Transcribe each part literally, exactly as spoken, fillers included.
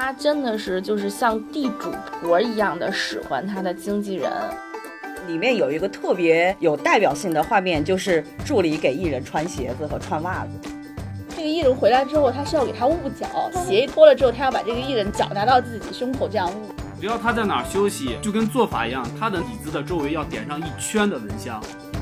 他真的是就是像地主婆一样的使唤他的经纪人。 里面有一个特别有代表性的画面，就是助理给艺人穿鞋子和穿袜子。 这个艺人回来之后，他是要给他捂脚，鞋一脱了之后，他要把这个艺人脚拿到自己胸口这样捂。 只要他在哪儿休息，就跟做法一样，他的椅子的周围要点上一圈的蚊香。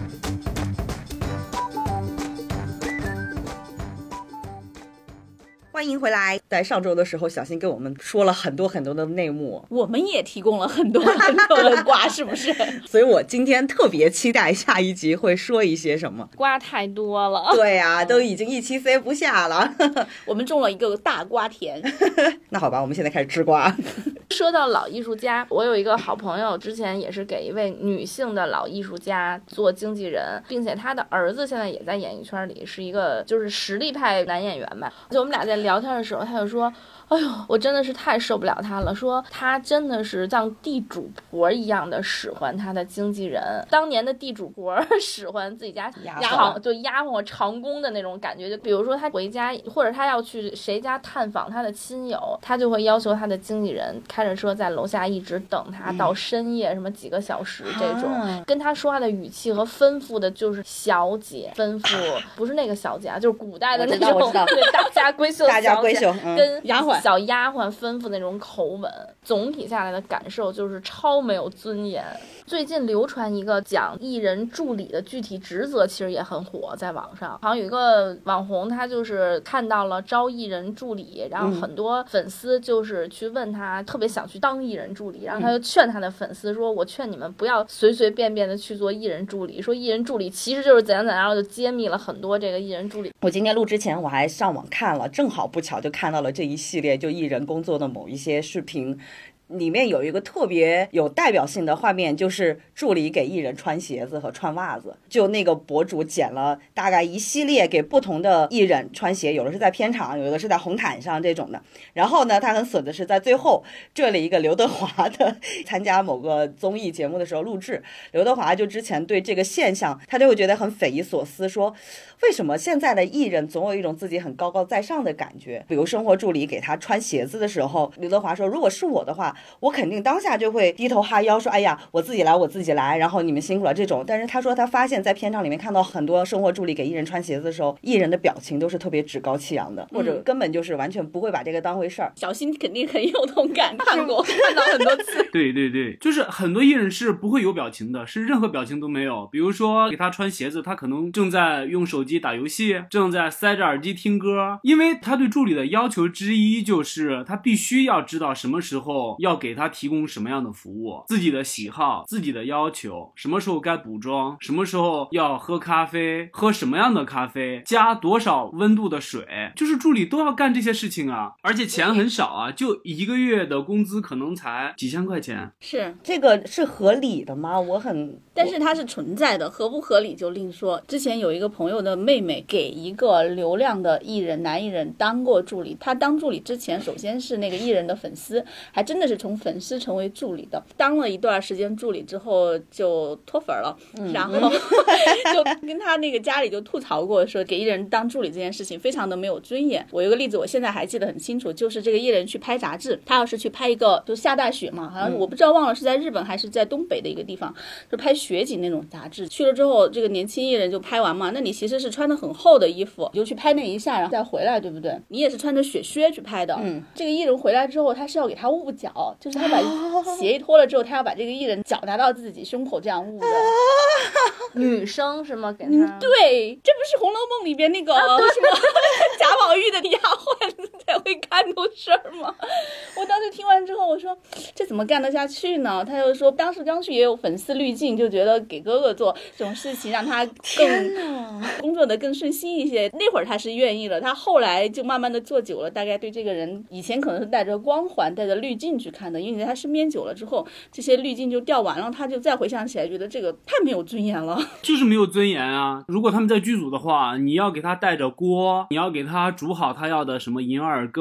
欢迎回来。在上周的时候，小新跟我们说了很多很多的内幕， 我们也提供了很多很多的瓜，是不是？ 所以我今天特别期待下一集会说一些什么。 瓜太多了， 对啊，都已经一期塞不下了。 我们种了一个大瓜田。 那好吧，我们现在开始吃瓜。 说到老艺术家，我有一个好朋友，之前也是给一位女性的老艺术家做经纪人，并且他的儿子现在也在演艺圈里，是一个就是实力派男演员吧。就我们俩在聊天的时候，他就说，哎呦，我真的是太受不了他了，说他真的是像地主婆一样的使唤他的经纪人。当年的地主婆使唤自己家长，对丫鬟长工的那种感觉。就比如说他回家，或者他要去谁家探访他的亲友，他就会要求他的经纪人开着车在楼下一直等他到深夜，什么几个小时这种、嗯、跟他说话的语气和吩咐的就是小姐吩咐，不是那个小姐啊，就是古代的那种对大家闺秀大家闺秀、 嗯、跟丫鬟小丫鬟吩咐那种口吻，总体下来的感受就是超没有尊严。最近流传一个讲艺人助理的具体职责，其实也很火，在网上好像有一个网红，他就是看到了招艺人助理，然后很多粉丝就是去问他、嗯、特别想去当艺人助理，然后他就劝他的粉丝说、嗯、我劝你们不要随随便便的去做艺人助理，说艺人助理其实就是怎样怎样，然后就揭秘了很多这个艺人助理。 我今天录之前我还上网看了，正好不巧就看到了这一系列就艺人工作的某一些视频，里面有一个特别有代表性的画面，就是助理给艺人穿鞋子和穿袜子。就那个博主剪了大概一系列给不同的艺人穿鞋，有的是在片场，有的是在红毯上这种的。然后呢，他很损的是在最后这里一个刘德华的参加某个综艺节目的时候录制，刘德华就之前对这个现象他就会觉得很匪夷所思，说为什么现在的艺人总有一种自己很高高在上的感觉。比如生活助理给他穿鞋子的时候，刘德华说如果是我的话，我肯定当下就会低头哈腰说哎呀我自己来我自己来，然后你们辛苦了这种。但是他说他发现在片场里面看到很多生活助理给艺人穿鞋子的时候，艺人的表情都是特别趾高气扬的，或者根本就是完全不会把这个当回事儿、嗯、 小新肯定很有同感，看过看到很多次。 对对对，就是很多艺人是不会有表情的，是任何表情都没有。比如说给他穿鞋子，他可能正在用手机打游戏，正在塞着耳机听歌，因为他对助理的要求之一就是他必须要知道什么时候要给他提供什么样的服务，自己的喜好，自己的要求，什么时候该补妆，什么时候要喝咖啡，喝什么样的咖啡，加多少温度的水，就是助理都要干这些事情啊。而且钱很少啊，就一个月的工资可能才几千块钱。 是这个是合理的吗？我很但是它是存在的，合不合理就另说。之前有一个朋友的妹妹给一个流量的艺人男艺人当过助理，他当助理之前首先是那个艺人的粉丝，还真的是从粉丝成为助理的。当了一段时间助理之后就脱粉了、嗯、然后就跟他那个家里就吐槽过，说给艺人当助理这件事情非常的没有尊严。我有个例子我现在还记得很清楚，就是这个艺人去拍杂志，他要是去拍一个就下大雪嘛，好像我不知道忘了是在日本还是在东北的一个地方，就拍雪景那种杂志。去了之后这个年轻艺人就拍完嘛，那你其实是穿的很厚的衣服，你就去拍那一下然后再回来，对不对？你也是穿着雪靴去拍的。嗯，这个艺人回来之后他是要给他捂脚，就是他把鞋一脱了之后，他要把这个艺人脚拿到自己胸口这样捂的。 女生是吗？给他、 嗯、对，这不是《红楼梦》里边那个、啊、什么贾宝玉的丫鬟才会干的事儿吗？我当时听完之后我说这怎么干得下去呢？他就说当时刚去也有粉丝滤镜，就觉得给哥哥做这种事情让他更工作的更顺心一些。那会儿他是愿意了，他后来就慢慢的做久了，大概对这个人以前可能是带着光环带着滤镜去看的，因为你在他身边久了之后这些滤镜就掉完了，他就再回想起来觉得这个太没有尊严了。 就是没有尊严啊！如果他们在剧组的话，你要给他带着锅，你要给他煮好他要的什么银耳羹啊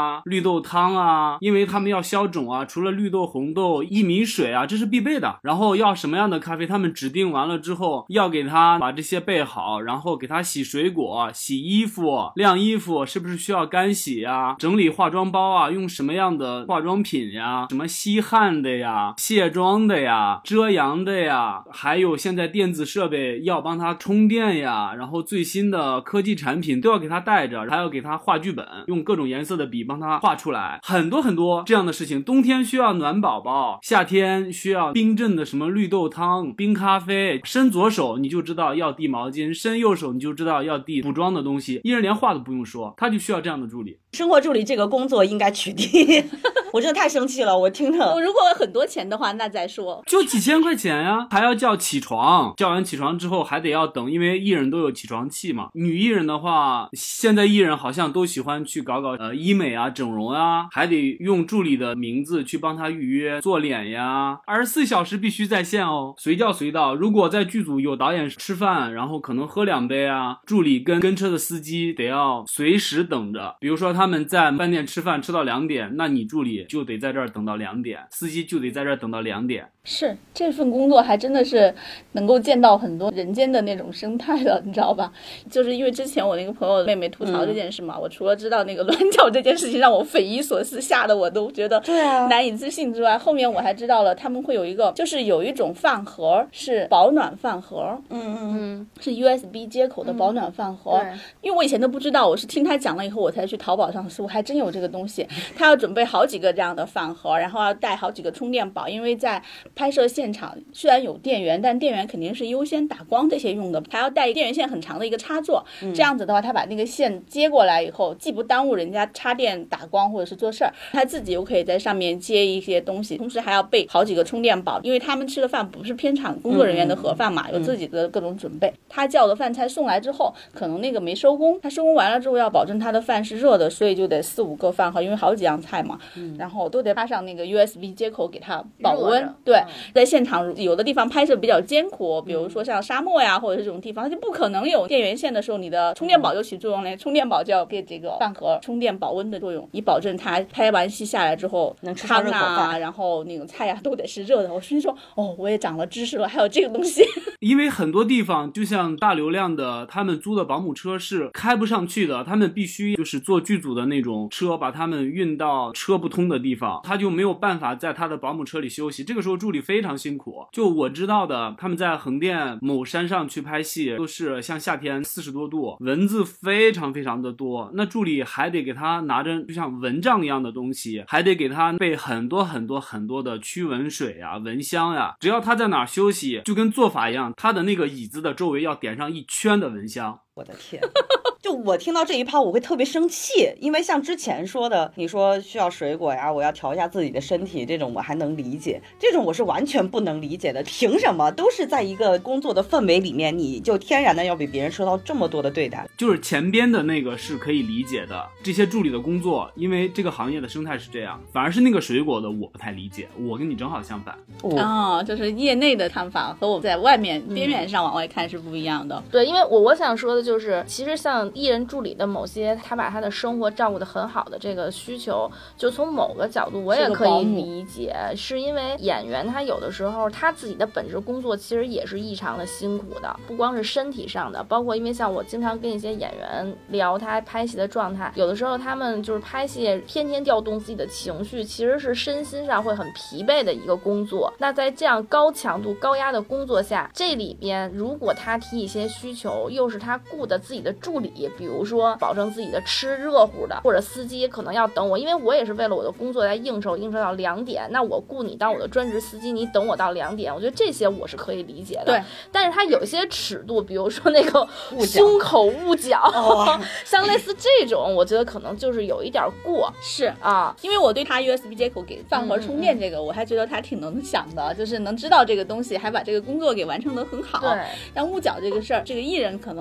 啊、绿豆汤啊，因为他们要消肿啊，除了绿豆、红豆、薏米水啊，这是必备的。然后要什么样的咖啡，他们指定完了之后，要给他把这些备好，然后给他洗水果、洗衣服、晾衣服，是不是需要干洗啊？整理化妆包啊，用什么样的化妆品呀？什么吸汗的呀、卸妆的呀、遮阳的呀，还有现在电子设备要帮他充电呀，然后最新的科技产品都要给他带着，还要给他画剧本，用各种颜色的笔帮他画出来，很多很多这样的事情。冬天需要暖宝宝，夏天需要冰镇的什么绿豆汤、冰咖啡，伸左手你就知道要递毛巾，伸右手你就知道要递补妆的东西，一人连话都不用说，他就需要这样的助理。 生活助理这个工作应该取缔我真的太生气了，我听着。 我如果很多钱的话那再说， 就几千块钱呀，还要叫起床，叫完起床之后还得要等，因为艺人都有起床气嘛。女艺人的话，现在艺人好像都喜欢去搞搞呃医美啊、整容啊，还得用助理的名字去帮他预约做脸呀，二十四小时必须在线哦，随叫随到。如果在剧组有导演吃饭，然后可能喝两杯啊，助理跟跟车的司机得要随时等着。比如说他们在饭店吃饭吃到两点，那你助理就得在这儿等到两点，司机就得在这儿等到两点。 是这份工作还真的是能够见到很多人间的那种生态的，你知道吧？就是因为之前我那个朋友妹妹吐槽这件事嘛，嗯、我除了知道那个卵脚这件事情让我匪夷所思，吓得我都觉得难以置信之外，后面我还知道了他们会有一个，就是有一种饭盒是保暖饭盒， 嗯嗯嗯， 是 U S B 接口的保暖饭盒、嗯。因为我以前都不知道，我是听他讲了以后我才去淘宝上搜，还真有这个东西。他要准备好几个这样的饭盒，然后要带好几个充电宝，因为在拍摄现场虽然有电源，但电源肯定是优先打光这些用的，还要带电源线很长的一个插座、嗯、这样子的话他把那个线接过来以后，既不耽误人家插电打光或者是做事儿，他自己又可以在上面接一些东西，同时还要备好几个充电宝，因为他们吃的饭不是片场工作人员的盒饭嘛、嗯、有自己的各种准备、嗯、他叫的饭菜送来之后可能那个没收工，他收工完了之后要保证他的饭是热的，所以就得四五个饭盒，因为好几样菜嘛、嗯、然后都得插上那个 U S B 接口给它保温。对、嗯，在现场有的地方拍摄比较艰苦，比如说像沙漠呀或者是这种地方，它就不可能有电源线的时候你的充电宝就起作用了，充电宝就要给这个饭盒充电保温的作用，以保证它拍完戏下来之后能吃上热口饭啊，然后那个菜呀都得是热的。我心说哦，我也长了知识了，还有这个东西。 因为很多地方就像大流量的他们租的保姆车是开不上去的，他们必须就是坐剧组的那种车把他们运到车不通的地方，他就没有办法在他的保姆车里休息，这个时候助理非常辛苦。就我知道的，他们在横店某山上去拍戏，都是像夏天四十多度，蚊子非常非常的多，那助理还得给他拿着就像蚊帐一样的东西，还得给他备很多很多很多的驱蚊水啊、蚊香呀、啊。只要他在哪儿休息，就跟做法一样，他的那个椅子的周围要点上一圈的蚊香。 我的天，就我听到这一趴我会特别生气，因为像之前说的，你说需要水果呀，我要调一下自己的身体，这种我还能理解，这种我是完全不能理解的。凭什么都是在一个工作的氛围里面，你就天然的要比别人受到这么多的对待？ 就是前边的那个是可以理解的，这些助理的工作，因为这个行业的生态是这样，反而是那个水果的我不太理解，我跟你正好相反。 哦，就是业内的看法和我在外面边缘上往外看是不一样的。 嗯、对，因为我我想说的就是其实像艺人助理的某些他把他的生活照顾得很好的这个需求，就从某个角度我也可以理解， 是, 是因为演员他有的时候他自己的本职工作其实也是异常的辛苦的，不光是身体上的，包括因为像我经常跟一些演员聊他拍戏的状态，有的时候他们就是拍戏天天调动自己的情绪，其实是身心上会很疲惫的一个工作。那在这样高强度高压的工作下，这里边如果他提一些需求，又是他顾的自己的助理，比如说保证自己的吃热乎的，或者司机可能要等我，因为我也是为了我的工作在应酬应酬到两点，那我雇你当我的专职司机，你等我到两点，我觉得这些我是可以理解的。 对， 但是他有一些尺度，比如说那个胸口捂脚、哦、像类似这种我觉得可能就是有一点过。 是啊， 因为我对他 U S B 接口给饭盒充电这个、嗯嗯、我还觉得他挺能想的，就是能知道这个东西还把这个工作给完成得很好。 对， 但捂脚这个事儿，这个艺人可能也比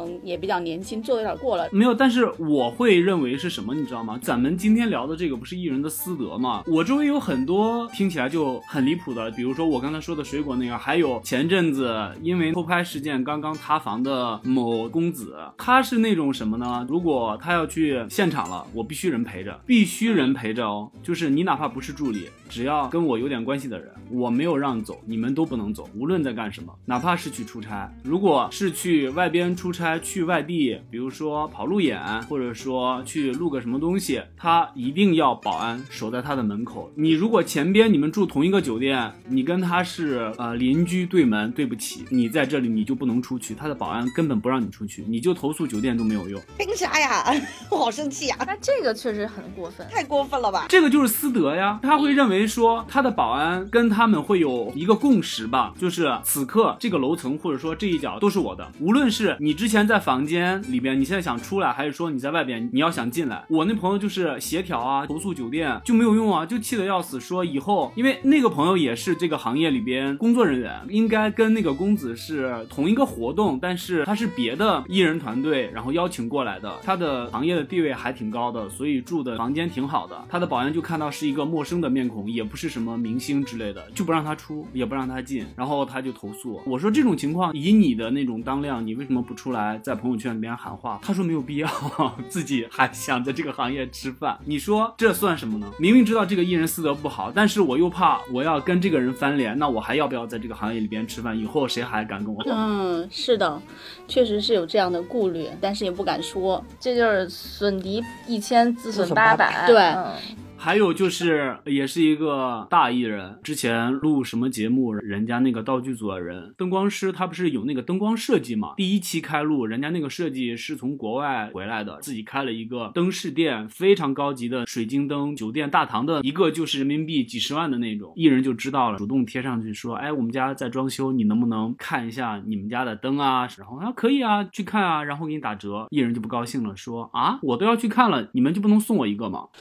比较年轻，做的有点过了。 没有，但是我会认为是什么，你知道吗？咱们今天聊的这个不是艺人的私德吗？我周围有很多听起来就很离谱的，比如说我刚才说的水果那个，还有前阵子因为偷拍事件刚刚塌房的某公子，他是那种什么呢？如果他要去现场了，我必须人陪着，必须人陪着哦，就是你哪怕不是助理，只要跟我有点关系的人，我没有让走，你们都不能走，无论在干什么，哪怕是去出差，如果是去外边出差，去外地，比如说跑路演，或者说去录个什么东西，他一定要保安守在他的门口。你如果前边你们住同一个酒店，你跟他是呃邻居对门，对不起，你在这里你就不能出去，他的保安根本不让你出去，你就投诉酒店都没有用。 凭啥呀？我好生气呀！ 那这个确实很过分， 太过分了吧？ 这个就是私德呀，他会认为说他的保安跟他们会有一个共识吧，就是此刻这个楼层或者说这一角都是我的，无论是你之前在房间里边，你现在想出来，还是说你在外边你要想进来。我那朋友就是协调啊，投诉酒店就没有用啊，就气得要死，说以后，因为那个朋友也是这个行业里边工作人员，应该跟那个公子是同一个活动，但是他是别的艺人团队然后邀请过来的，他的行业的地位还挺高的，所以住的房间挺好的，他的保安就看到是一个陌生的面孔，也不是什么明星之类的，就不让他出也不让他进，然后他就投诉。我说这种情况以你的那种当量，你为什么不出来在朋友圈里边喊话？他说没有必要，自己还想在这个行业吃饭，你说这算什么呢？明明知道这个艺人私德不好，但是我又怕我要跟这个人翻脸，那我还要不要在这个行业里边吃饭？以后谁还敢跟我说？ 嗯，是的，确实是有这样的顾虑，但是也不敢说。 这就是损敌一千自损八百。 对。 嗯， 还有就是也是一个大艺人，之前录什么节目，人家那个道具组的人灯光师，他不是有那个灯光设计嘛，第一期开录人家那个设计是从国外回来的，自己开了一个灯饰店，非常高级的水晶灯，酒店大堂的一个就是人民币几十万的那种，艺人就知道了，主动贴上去说，哎，我们家在装修，你能不能看一下你们家的灯啊？然后啊可以啊，去看啊，然后给你打折。艺人就不高兴了，说啊我都要去看了，你们就不能送我一个吗？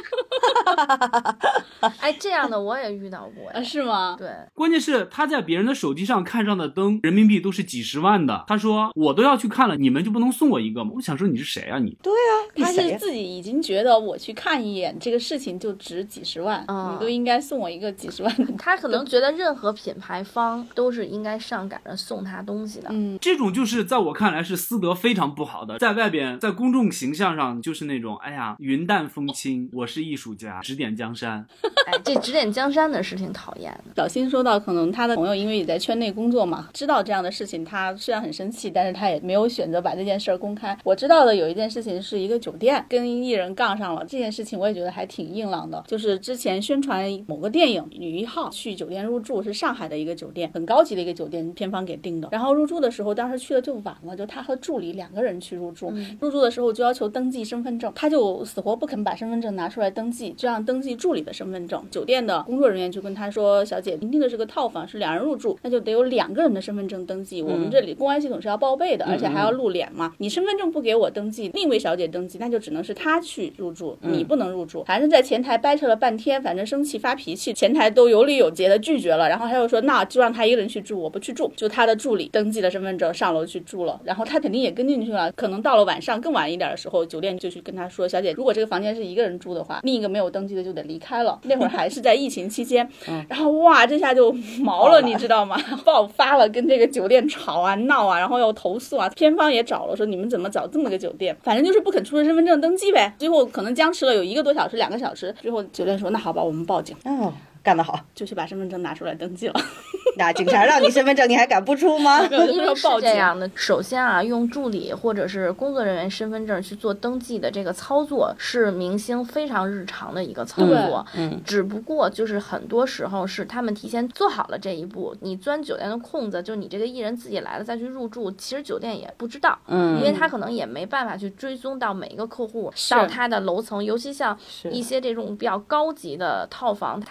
哎，这样的我也遇到过。 啊，是吗？ 对， 关键是他在别人的手机上看上的灯人民币都是几十万的，他说我都要去看了，你们就不能送我一个吗？我想说你是谁啊你？ 对啊， 他是自己已经觉得我去看一眼这个事情就值几十万， 嗯、 你都应该送我一个几十万的。 他可能觉得任何品牌方都是应该上赶着送他东西的。 嗯， 这种就是在我看来是私德非常不好的，在外边在公众形象上就是那种哎呀云淡风轻，我是艺术家，指点江山。 哎，这指点江山的是挺讨厌的。 小新说到可能他的朋友因为也在圈内工作嘛，知道这样的事情，他虽然很生气，但是他也没有选择把这件事儿公开。我知道的有一件事情是一个酒店跟艺人杠上了，这件事情我也觉得还挺硬朗的，就是之前宣传某个电影女一号去酒店入住，是上海的一个酒店，很高级的一个酒店，片方给定的，然后入住的时候当时去的就晚了，就他和助理两个人去入住、嗯、入住的时候就要求登记身份证，他就死活不肯把身份证拿出来登记，就让登记助理的身份证。酒店的工作人员就跟他说，小姐您订的是个套房，是两人入住，那就得有两个人的身份证登记、嗯、我们这里公安系统是要报备的，而且还要录脸嘛、嗯、你身份证不给我登记，另一位小姐登记，那就只能是她去入住、嗯、你不能入住。反正在前台掰扯了半天，反正生气发脾气，前台都有理有节的拒绝了，然后他又说那就让他一个人去住，我不去住，就他的助理登记了身份证上楼去住了，然后他肯定也跟进去了，可能到了晚上更晚一点的时候，酒店就去跟他说，小姐如果这个房间是一个人住的话，另一个没有登记的就得离开了。那会儿还是在疫情期间然后哇这下就毛了你知道吗，爆发了，跟这个酒店吵啊闹啊，然后又投诉啊，片方也找了，说你们怎么找这么个酒店，反正就是不肯出示身份证登记呗，最后可能僵持了有一个多小时两个小时，最后酒店说那好吧我们报警。 哦，干得好， 就去把身份证拿出来登记了。 那警察让你身份证你还敢不出吗？ 因为是这样的，首先啊用助理或者是工作人员身份证去做登记的这个操作是明星非常日常的一个操作、嗯嗯、只不过就是很多时候是他们提前做好了这一步，你钻酒店的空子，就你这个艺人自己来了再去入住，其实酒店也不知道，嗯，因为他可能也没办法去追踪到每一个客户到他的楼层，尤其像一些这种比较高级的套房，他的私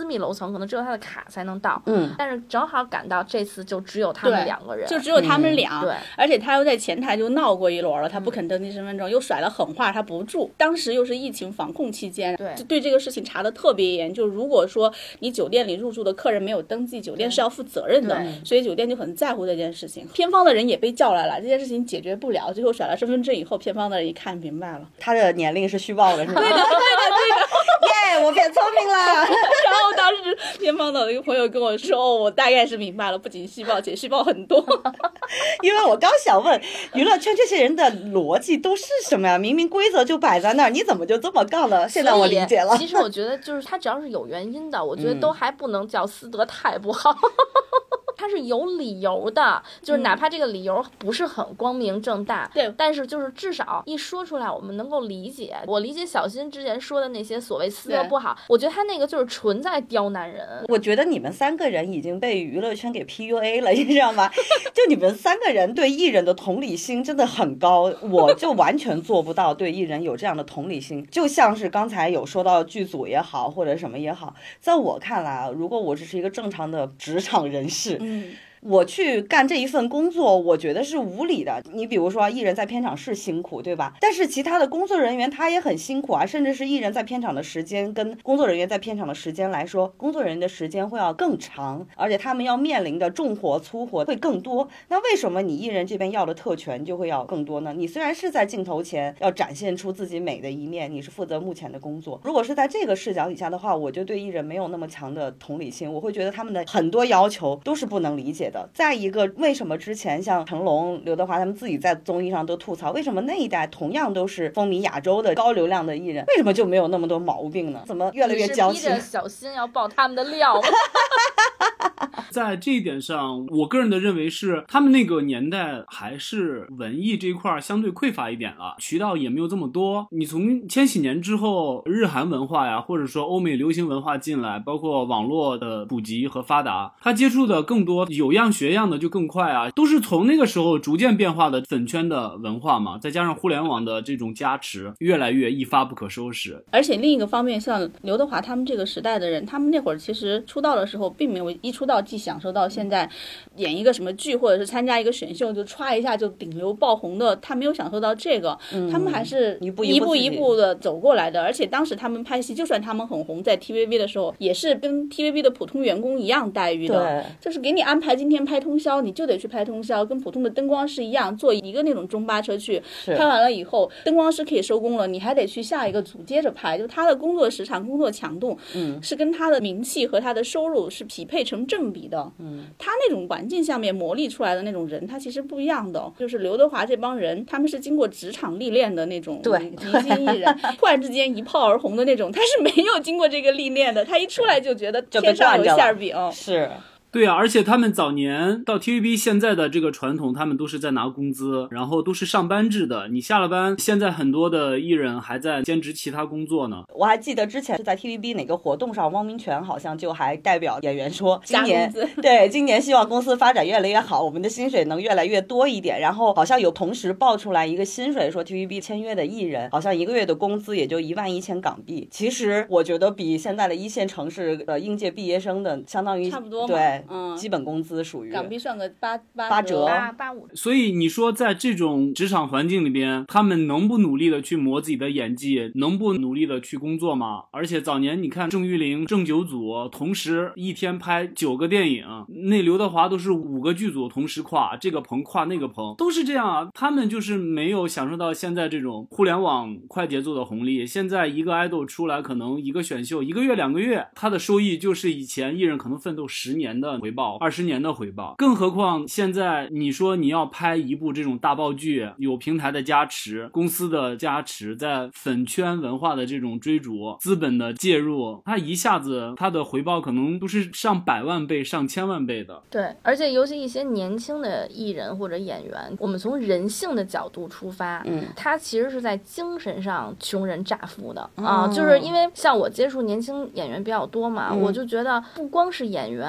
密楼层可能只有他的卡才能到， 嗯， 但是正好赶到这次就只有他们两个人， 就只有他们俩、 嗯、对， 而且他又在前台就闹过一轮了，他不肯登记身份证、嗯、又甩了狠话他不住，当时又是疫情防控期间， 对， 就对这个事情查得特别严，就如果说你酒店里入住的客人没有登记，酒店是要负责任的，所以酒店就很在乎这件事情。偏方的人也被叫来了，这件事情解决不了，最后甩了身份证以后，偏方的人一看明白了， 他的年龄是虚报的，是吧？ 对的对的对的耶，我变聪明了。 然后当时偏方的一个朋友跟我说，哦，我大概是明白了，不仅虚报且虚报很多。 因为我刚想问娱乐圈这些人的逻辑都是什么呀？明明规则就摆在那儿，你怎么就这么杠了？现在我理解了。 其实我觉得就是他只要是有原因的，我觉得都还不能叫私德太不好。他是有理由的，就是哪怕这个理由不是很光明正大， 对、嗯， 但是就是至少一说出来我们能够理解。我理解小新之前说的那些所谓私德不好，我觉得他那个就是纯在刁难人。 我觉得你们三个人已经被娱乐圈给 P U A 了，你知道吗？就你们三个人对艺人的同理心真的很高，我就完全做不到对艺人有这样的同理心。就像是刚才有说到剧组也好或者什么也好，在我看来，如果我只是一个正常的职场人士， 嗯， 我去干这一份工作，我觉得是无理的。你比如说艺人在片场是辛苦，对吧？但是其他的工作人员他也很辛苦啊，甚至是艺人在片场的时间跟工作人员在片场的时间来说，工作人员的时间会要更长，而且他们要面临的重活粗活会更多。那为什么你艺人这边要的特权就会要更多呢？你虽然是在镜头前要展现出自己美的一面，你是负责目前的工作，如果是在这个视角底下的话，我就对艺人没有那么强的同理心，我会觉得他们的很多要求都是不能理解的。再一个，为什么之前像成龙、刘德华他们自己在综艺上都吐槽，为什么那一代同样都是风靡亚洲的高流量的艺人，为什么就没有那么多毛病呢？怎么越来越娇气？ 你是逼着小新要爆他们的料。 在这一点上，我个人的认为是他们那个年代还是文艺这一块相对匮乏一点了，渠道也没有这么多。你从千禧年之后，日韩文化呀，或者说欧美流行文化进来，包括网络的普及和发达，他接触的更多，有样学样的就更快啊，都是从那个时候逐渐变化的粉圈的文化嘛，再加上互联网的这种加持，越来越一发不可收拾。 而且另一个方面，像刘德华他们这个时代的人，他们那会儿其实出道的时候并没有一出道即享受到现在演一个什么剧或者是参加一个选秀就歘一下就顶流爆红的，他没有享受到这个、嗯、他们还是一步一步一步的走过来的。而且当时他们拍戏，就算他们很红，在 T V B 的时候也是跟 T V B 的普通员工一样待遇的，就是给你安排今天拍通宵你就得去拍通宵，跟普通的灯光师一样，坐一个那种中巴车去，拍完了以后灯光师可以收工了，你还得去下一个组接着拍，就他的工作时长工作强度嗯， 是跟他的名气和他的收入是匹配成正比的。 嗯， 他那种环境下面磨砺出来的那种人，他其实不一样的。就是刘德华这帮人，他们是经过职场历练的那种对明星艺人，突然之间一炮而红的那种，他是没有经过这个历练的，他一出来就觉得天上有馅饼。 是。 对啊，而且他们早年到 T V B 现在的这个传统，他们都是在拿工资，然后都是上班制的。你下了班，现在很多的艺人还在兼职其他工作呢。 我还记得之前是在 T V B 哪个活动上，汪明荃好像就还代表演员说，今年对今年希望公司发展越来越好，我们的薪水能越来越多一点。然后好像有同时爆出来一个薪水，说 T V B 签约的艺人好像一个月的工资也就一万一千港币。其实我觉得比现在的一线城市呃应届毕业生的相当于差不多嘛， 对。 嗯， 基本工资属于港币算个八八八折八八五。 所以你说在这种职场环境里边，他们能不努力的去磨自己的演技，能不努力的去工作吗？而且早年你看郑裕玲、郑九组同时一天拍九个电影，那刘德华都是五个剧组同时跨，这个棚跨那个棚，都是这样啊。他们就是没有享受到现在这种互联网快节奏的红利。现在一个 idol 出来，可能一个选秀一个月两个月，他的收益就是以前艺人可能奋斗十年的回报，二十年的回报。更何况现在你说你要拍一部这种大爆剧，有平台的加持，公司的加持，在粉圈文化的这种追逐，资本的介入，它一下子它的回报可能都是上百万倍上千万倍的。 对，而且尤其一些年轻的艺人或者演员，我们从人性的角度出发， 嗯， 他其实是在精神上穷人乍富的、 哦、 啊，就是因为像我接触年轻演员比较多嘛、 嗯、 我就觉得不光是演员，当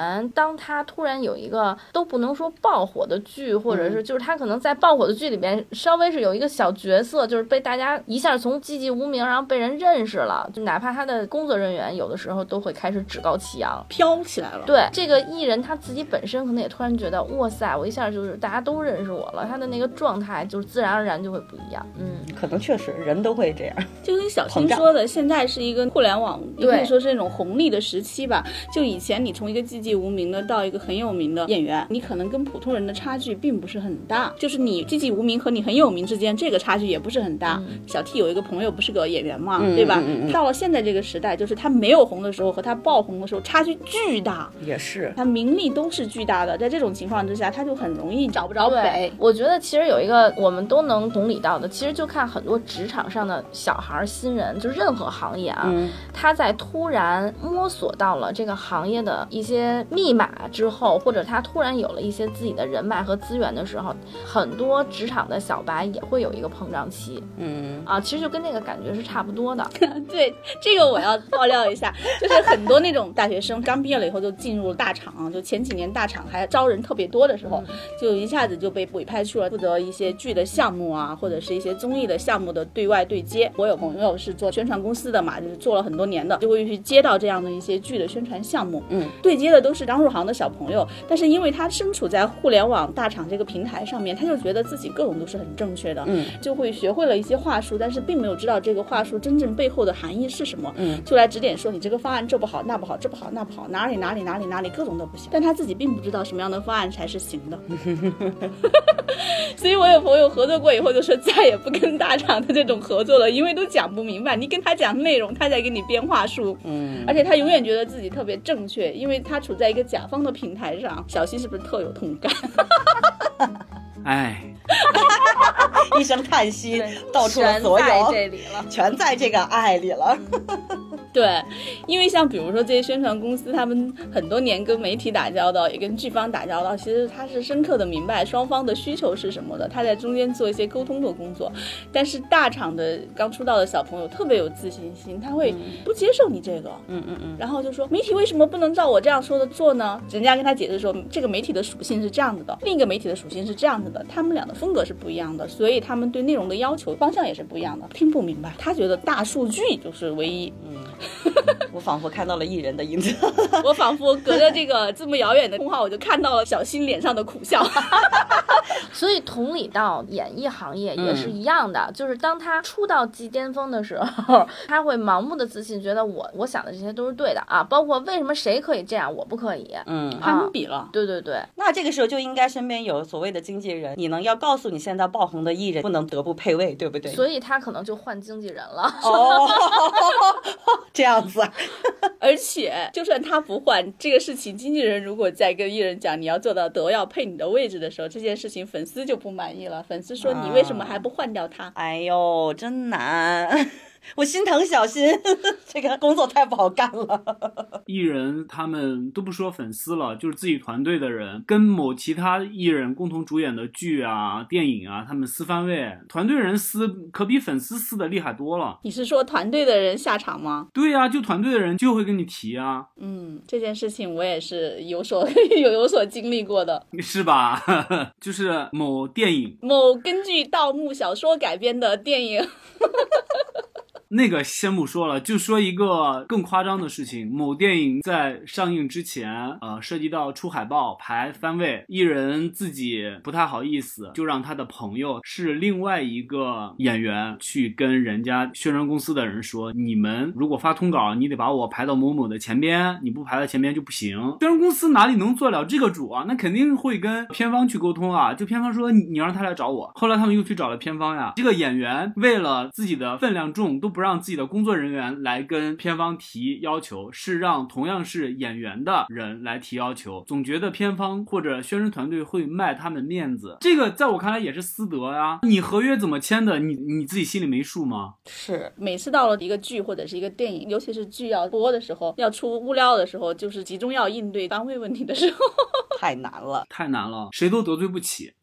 当他突然有一个都不能说爆火的剧，或者是就是他可能在爆火的剧里边稍微是有一个小角色，就是被大家一下从寂寂无名然后被人认识了，就哪怕他的工作人员有的时候都会开始趾高气扬飘起来了。 对，这个艺人他自己本身可能也突然觉得哇塞，我一下就是大家都认识我了，他的那个状态就是自然而然就会不一样。嗯， 可能确实人都会这样， 就跟小新说的，现在是一个互联网也可以说是那种红利的时期吧。就以前你从一个寂寂无名的到一个很有名的演员，你可能跟普通人的差距并不是很大，就是你寂寂无名和你很有名之间这个差距也不是很大。嗯、小 T 有一个朋友不是个演员嘛，嗯、对吧、嗯嗯嗯？到了现在这个时代，就是他没有红的时候和他爆红的时候差距巨大， 也是他名利都是巨大的。在这种情况之下，他就很容易找不着北。 我觉得其实有一个我们都能同理到的，其实就看很多职场上的小孩新人，就任何行业啊、嗯，他在突然摸索到了这个行业的一些密码之后，或者他突然有了一些自己的人脉和资源的时候，很多职场的小白也会有一个膨胀期。嗯啊，其实就跟那个感觉是差不多的。 对，这个我要爆料一下，就是很多那种大学生刚毕业了以后就进入了大厂，就前几年大厂还招人特别多的时候，嗯、就一下子就被委派去了负责一些剧的项目啊，或者是一些综艺的项目的对外对接。我有朋友是做宣传公司的嘛，就是做了很多年的，就会去接到这样的一些剧的宣传项目。嗯，对接的都是刚入行的小朋友，但是因为他身处在互联网大厂这个平台上面，他就觉得自己各种都是很正确的，嗯，就会学会了一些话术，但是并没有知道这个话术真正背后的含义是什么。嗯，就来指点说你这个方案这不好那不好这不好那不好，哪里哪里哪里哪里各种都不行，但他自己并不知道什么样的方案才是行的。所以我有朋友合作过以后就说再也不跟大厂的这种合作了，因为都讲不明白，你跟他讲内容他在给你编话术。嗯，而且他永远觉得自己特别正确，因为他处在一个甲方的平台上。小新是不是特有同感？ 哎， 一声叹息道出了所有， 全在这里了， 全在这个爱里了。 对，因为像比如说这些宣传公司，他们很多年跟媒体打交道，也跟剧方打交道，其实他是深刻的明白双方的需求是什么的，他在中间做一些沟通的工作。但是大厂的刚出道的小朋友特别有自信心，他会不接受你这个，嗯嗯嗯，然后就说媒体为什么不能照我这样说的做呢？人家跟他解释说，这个媒体的属性是这样子的，另一个媒体的属性是这样子的，他们俩的风格是不一样的，所以他们对内容的要求方向也是不一样的。听不明白，他觉得大数据就是唯一。嗯。 我仿佛看到了艺人的影子， 我仿佛隔着这个这么遥远的通话，我就看到了小新脸上的苦笑。 所以同理到演艺行业也是一样的，嗯、就是当他出到极巅峰的时候，他会盲目的自信，觉得我我想的这些都是对的啊，包括为什么谁可以这样，我不可以， 嗯，攀比了、啊， 对对对。 那这个时候就应该身边有所谓的经纪人，你能要告诉你现在爆红的艺人不能德不配位，对不对？ 所以他可能就换经纪人了。 哦，这样子。 而且就算他不换这个事情，经纪人如果在跟艺人讲你要做到德要配你的位置的时候，这件事情粉丝就不满意了，粉丝说你为什么还不换掉他、啊、 哎呦真难，我心疼小新，这个工作太不好干了。 艺人他们都不说粉丝了，就是自己团队的人跟某其他艺人共同主演的剧啊电影啊，他们撕番位，团队人撕可比粉丝撕的厉害多了。 你是说团队的人下场吗？ 对啊，就团队的人就会跟你提啊。 嗯，这件事情我也是有所有有所经历过的， 是吧？就是某电影， 某根据盗墓小说改编的电影。 那个先不说了，就说一个更夸张的事情，某电影在上映之前呃，涉及到出海报排番位，艺人自己不太好意思，就让他的朋友是另外一个演员去跟人家宣传公司的人说，你们如果发通稿你得把我排到某某的前边，你不排到前边就不行。宣传公司哪里能做了这个主啊，那肯定会跟片方去沟通啊，就片方说你你让他来找我，后来他们又去找了片方呀。这个演员为了自己的分量重，都不让自己的工作人员来跟片方提要求，是让同样是演员的人来提要求，总觉得片方或者宣传团队会卖他们面子，这个在我看来也是私德呀。你合约怎么签的，你你自己心里没数吗？ 是，每次到了一个剧或者是一个电影，尤其是剧要播的时候，要出物料的时候，就是集中要应对单位问题的时候， 太难了， 太难了，谁都得罪不起。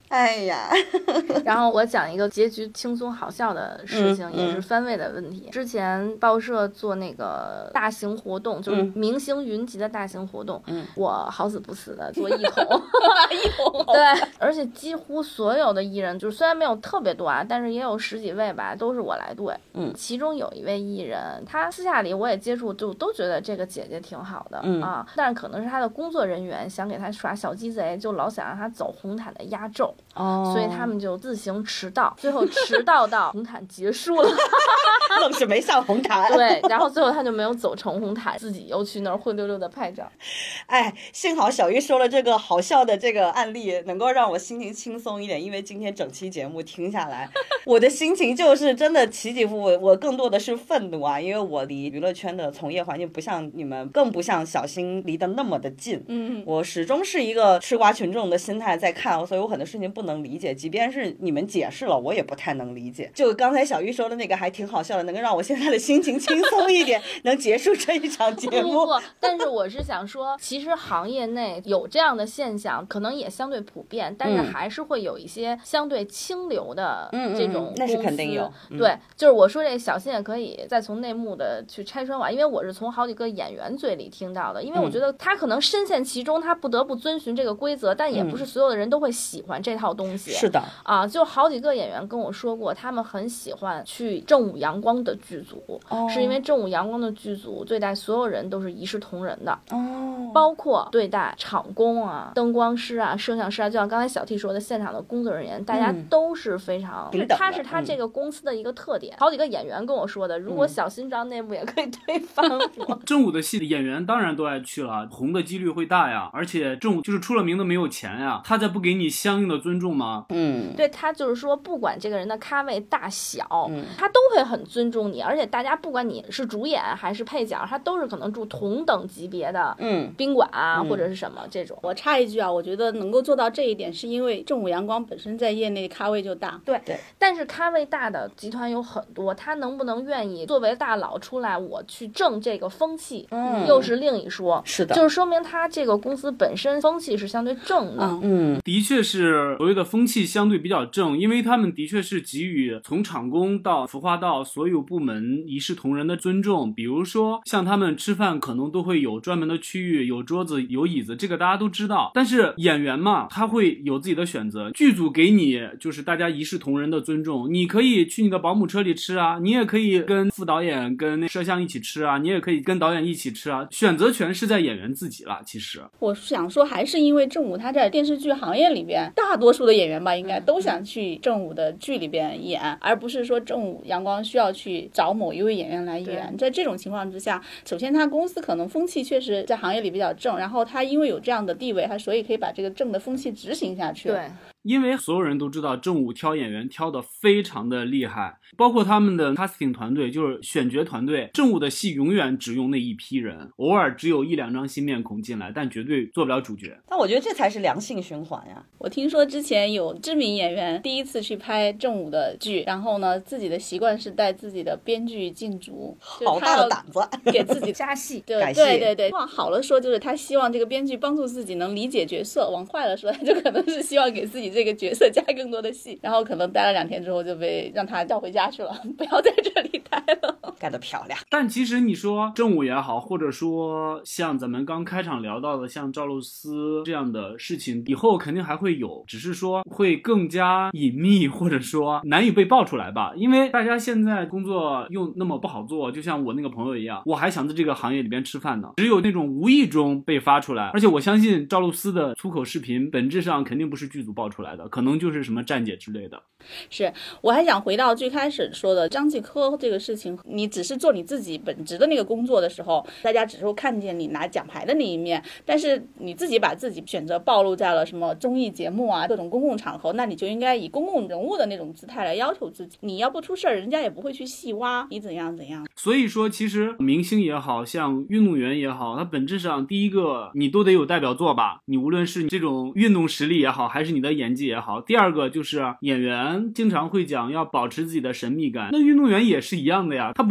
哎呀， 然后我讲一个结局轻松好笑的事情， 嗯、 也是番位的问题。之前报社做那个大型活动，就是明星云集的大型活动，嗯、我好死不死的做一筒， 一筒对，而且几乎所有的艺人，就是虽然没有特别多啊，但是也有十几位吧，都是我来对。 嗯， 其中有一位艺人，他私下里我也接触，就都觉得这个姐姐挺好的， 嗯啊，但是可能是他的工作人员想给他耍小鸡贼，就老想让他走红毯的压轴。 哦， 所以他们就自行迟到，最后迟到到红毯结束了， 愣是没上红毯。 对，然后最后他就没有走成红毯，自己又去那儿灰溜溜的拍照。 哎，幸好小玉说了这个好笑的这个案例，能够让我心情轻松一点，因为今天整期节目听下来，我的心情就是真的起起伏伏，我更多的是愤怒啊，因为我离娱乐圈的从业环境不像你们，更不像小新离得那么的近。 嗯， 我始终是一个吃瓜群众的心态在看，所以我很多事情不能理解，即便是你们解释了，我也不太能理解。就刚才小玉说的那个还挺好笑的，能够让我现在的心情轻松一点，能结束这一场节目。 不不，但是我是想说，其实行业内有这样的现象，可能也相对普遍，但是还是会有一些相对清流的这种公司。嗯嗯嗯、 那是肯定有。嗯、 对，就是我说这小新也可以再从内幕的去拆穿我，因为我是从好几个演员嘴里听到的，因为我觉得他可能深陷其中，他不得不遵循这个规则，但也不是所有的人都会喜欢这套东西。 是的。 啊，就好几个演员跟我说过，他们很喜欢去正午阳光的剧组， 哦、 是因为正午阳光的剧组对待所有人都是一视同仁的， 哦， 包括对待场工啊、灯光师啊、摄像师啊，就像刚才小 T 说的，现场的工作人员，大家都是非常， 嗯、 他是他这个公司的一个特点。嗯、好几个演员跟我说的，如果小新知道内幕，也可以推翻我。 正午的戏演员当然都爱去了，红的几率会大呀，而且正午就是出了名的没有钱呀，他再不给你相应的尊重吗？ 嗯， 对，他就是说，不管这个人的咖位大小， 嗯、 他都会很尊重你，而且大家不管你是主演还是配角，他都是可能住同等级别的宾馆啊， 嗯、 或者是什么这种。 我插一句啊，我觉得能够做到这一点，是因为正午阳光本身在业内咖位就大。 对对， 但是咖位大的集团有很多，他能不能愿意作为大佬出来，我去正这个风气， 嗯， 又是另一说。 是的， 就是说明他这个公司本身风气是相对正的。 嗯， 的确是所谓的风气相对比较正，因为他们的确是给予从场工到服化道所有部门一视同仁的尊重。比如说像他们吃饭可能都会有专门的区域，有桌子有椅子，这个大家都知道。但是演员嘛，他会有自己的选择，剧组给你就是大家一视同仁的尊重，你可以去你的保姆车里吃啊，你也可以跟副导演跟那摄像一起吃啊，你也可以跟导演一起吃啊，选择权是在演员自己了。其实我想说，还是因为正午他在电视剧行业里边，大多数的演员吧，应该都想去正午的剧里边演，而不是说正午阳光需要去找某一位演员来演。在这种情况之下，首先他公司可能风气确实在行业里比较正，然后他因为有这样的地位，他所以可以把这个正的风气执行下去。 对， 因为所有人都知道正午挑演员挑得非常的厉害，包括他们的 casting 团队，就是选角团队，正午的戏永远只用那一批人，偶尔只有一两张新面孔进来，但绝对做不了主角。 但我觉得这才是良性循环呀。 我听说之前有知名演员第一次去拍正午的剧，然后呢自己的习惯是带自己的编剧进组， 好大的胆子， 给自己加戏。 对对对对，往好了说就是他希望这个编剧帮助自己能理解角色，往坏了说他就可能是希望给自己这个角色加更多的戏，然后可能待了两天之后就被让他叫回家去了，不要在这里待了。 干得漂亮。 但其实你说正午也好，或者说像咱们刚开场聊到的像赵露思这样的事情，以后肯定还会有，只是说会更加隐秘，或者说难以被爆出来吧。因为大家现在工作又那么不好做，就像我那个朋友一样，我还想在这个行业里边吃饭呢，只有那种无意中被发出来。而且我相信赵露思的粗口视频本质上肯定不是剧组爆出来的，可能就是什么站姐之类的。 是，我还想回到最开始说的张继科这个事情，你只是做你自己本职的那个工作的时候，大家只是看见你拿奖牌的那一面，但是你自己把自己选择暴露在了什么综艺节目啊，各种公共场合，那你就应该以公共人物的那种姿态来要求自己，你要不出事儿，人家也不会去细挖你怎样怎样。 所以说其实明星也好，像运动员也好，它本质上第一个你都得有代表作吧，你无论是这种运动实力也好，还是你的演技也好。第二个就是演员经常会讲要保持自己的神秘感，那运动员也是一样的呀，他不用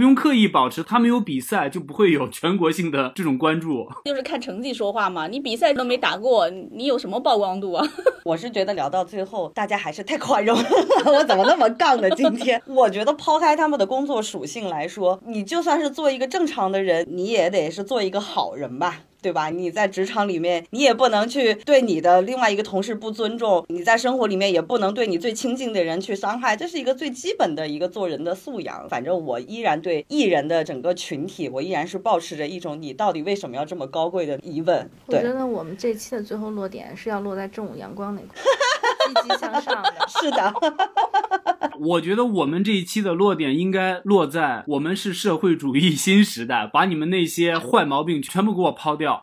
用刻意保持，他们有比赛就不会有全国性的这种关注， 就是看成绩说话嘛。你比赛都没打过，你有什么曝光度啊？ 我是觉得聊到最后，大家还是太宽容了。我怎么那么杠呢？今天我觉得抛开他们的工作属性来说，你就算是做一个正常的人，你也得是做一个好人吧。对吧？你在职场里面，你也不能去对你的另外一个同事不尊重，你在生活里面也不能对你最亲近的人去伤害，这是一个最基本的一个做人的素养。反正我依然对艺人的整个群体，我依然是抱持着一种你到底为什么要这么高贵的疑问。对， 我觉得我们这期的最后落点是要落在正午阳光那块，积极向上的。 是的。 我觉得我们这一期的落点应该落在我们是社会主义新时代，把你们那些坏毛病全部给我抛掉。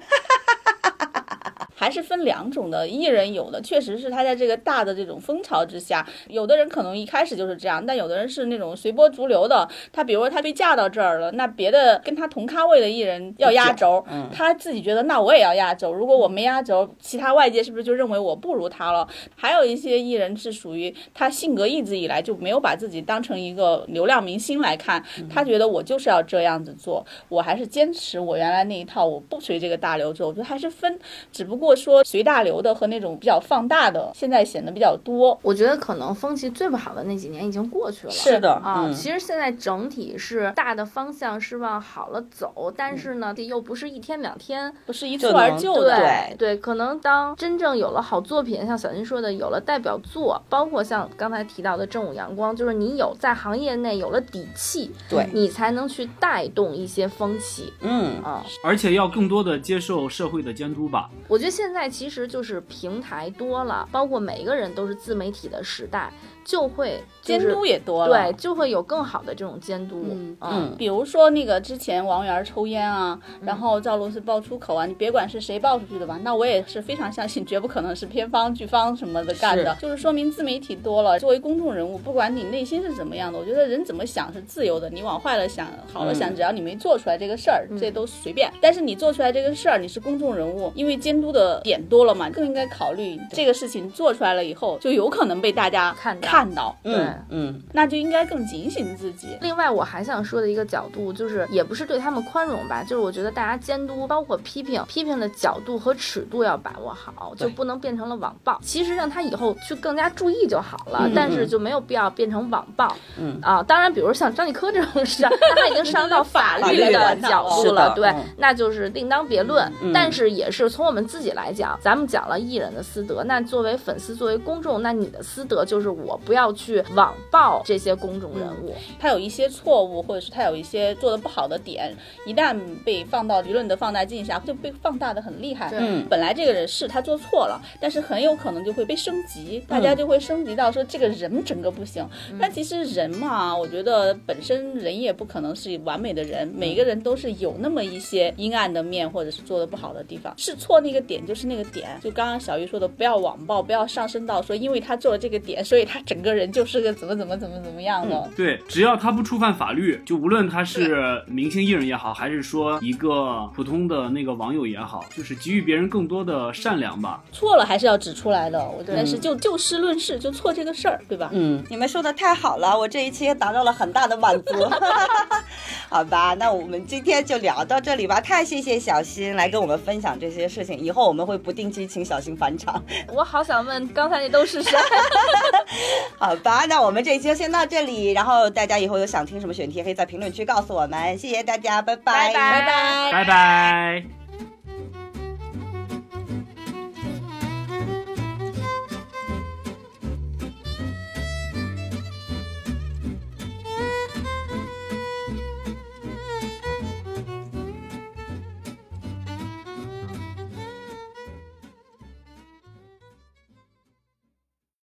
还是分两种的，艺人有的确实是他在这个大的这种风潮之下，有的人可能一开始就是这样，但有的人是那种随波逐流的。他比如说他被架到这儿了，那别的跟他同咖位的艺人要压轴， 嗯、 他自己觉得那我也要压轴，如果我没压轴，其他外界是不是就认为我不如他了？还有一些艺人是属于他性格一直以来就没有把自己当成一个流量明星来看，他觉得我就是要这样子做，我还是坚持我原来那一套，我不随这个大流走。我觉得还是分，只不过说随大流的和那种比较放大的现在显得比较多。 我觉得可能风气最不好的那几年已经过去了。 是的啊、 嗯， 其实现在整体是大的方向是往好了走，但是呢，又不是一天两天， 不是一蹴而就的。 对对，可能当真正有了好作品，像小新说的，有了代表作，包括像刚才提到的正午阳光，就是你有在行业内有了底气， 对， 你才能去带动一些风气。 嗯啊， 而且要更多的接受社会的监督吧。 我觉得现在其实就是平台多了，包括每一个人都是自媒体的时代，就会、就是、 监督也多了， 对，就会有更好的这种监督。 嗯嗯， 比如说那个之前王源抽烟啊，然后赵露思爆出口啊，你别管是谁爆出去的吧，那我也是非常相信，绝不可能是偏方、剧方什么的干的，就是说明自媒体多了。作为公众人物，不管你内心是怎么样的，我觉得人怎么想是自由的，你往坏了想、好了想，只要你没做出来这个事儿，嗯、这都随便。但是你做出来这个事儿，你是公众人物，因为监督的点多了嘛，更应该考虑这个事情做出来了以后，就有可能被大家看到。 看到， 对， 嗯，嗯， 那就应该更警醒自己。 另外，我还想说的一个角度，就是也不是对他们宽容吧，就是我觉得大家监督，包括批评，批评的角度和尺度要把握好，就不能变成了网暴。其实让他以后去更加注意就好了，嗯、但是就没有必要变成网暴。 嗯啊，当然，比如像张继科这种事，那他已经伤到法律的角度了，对， 嗯、 那就是另当别论。 嗯、 但是也是从我们自己来讲，咱们讲了艺人的私德，那作为粉丝，作为公众，那你的私德就是我不要去网暴这些公众人物， 嗯、他有一些错误，或者是他有一些做的不好的点，一旦被放到舆论的放大镜下，就被放大的很厉害。 嗯， 本来这个人是他做错了，但是很有可能就会被升级，大家就会升级到说这个人整个不行。嗯、但其实人嘛，我觉得本身人也不可能是完美的人，每个人都是有那么一些阴暗的面，或者是做的不好的地方。是错那个点就是那个点，就刚刚小鱼说的，不要网暴，不要上升到说因为他做了这个点，所以他整个人就是个怎么怎么怎么怎么样的。 嗯、对，只要他不触犯法律，就无论他是明星艺人也好，还是说一个普通的那个网友也好，就是给予别人更多的善良吧。 错了还是要指出来的，我觉得是就就事论事，就错这个事儿，对吧？ 嗯，你们说的太好了，我这一期也达到了很大的满足。好吧，那我们今天就聊到这里吧。太谢谢小新来跟我们分享这些事情，以后我们会不定期请小新返场。 我好想问，刚才那都是谁？ 好吧，那我们这一期就先到这里，然后大家以后有想听什么选题，可以在评论区告诉我们。谢谢大家，拜拜， 拜拜， 拜拜， 拜拜。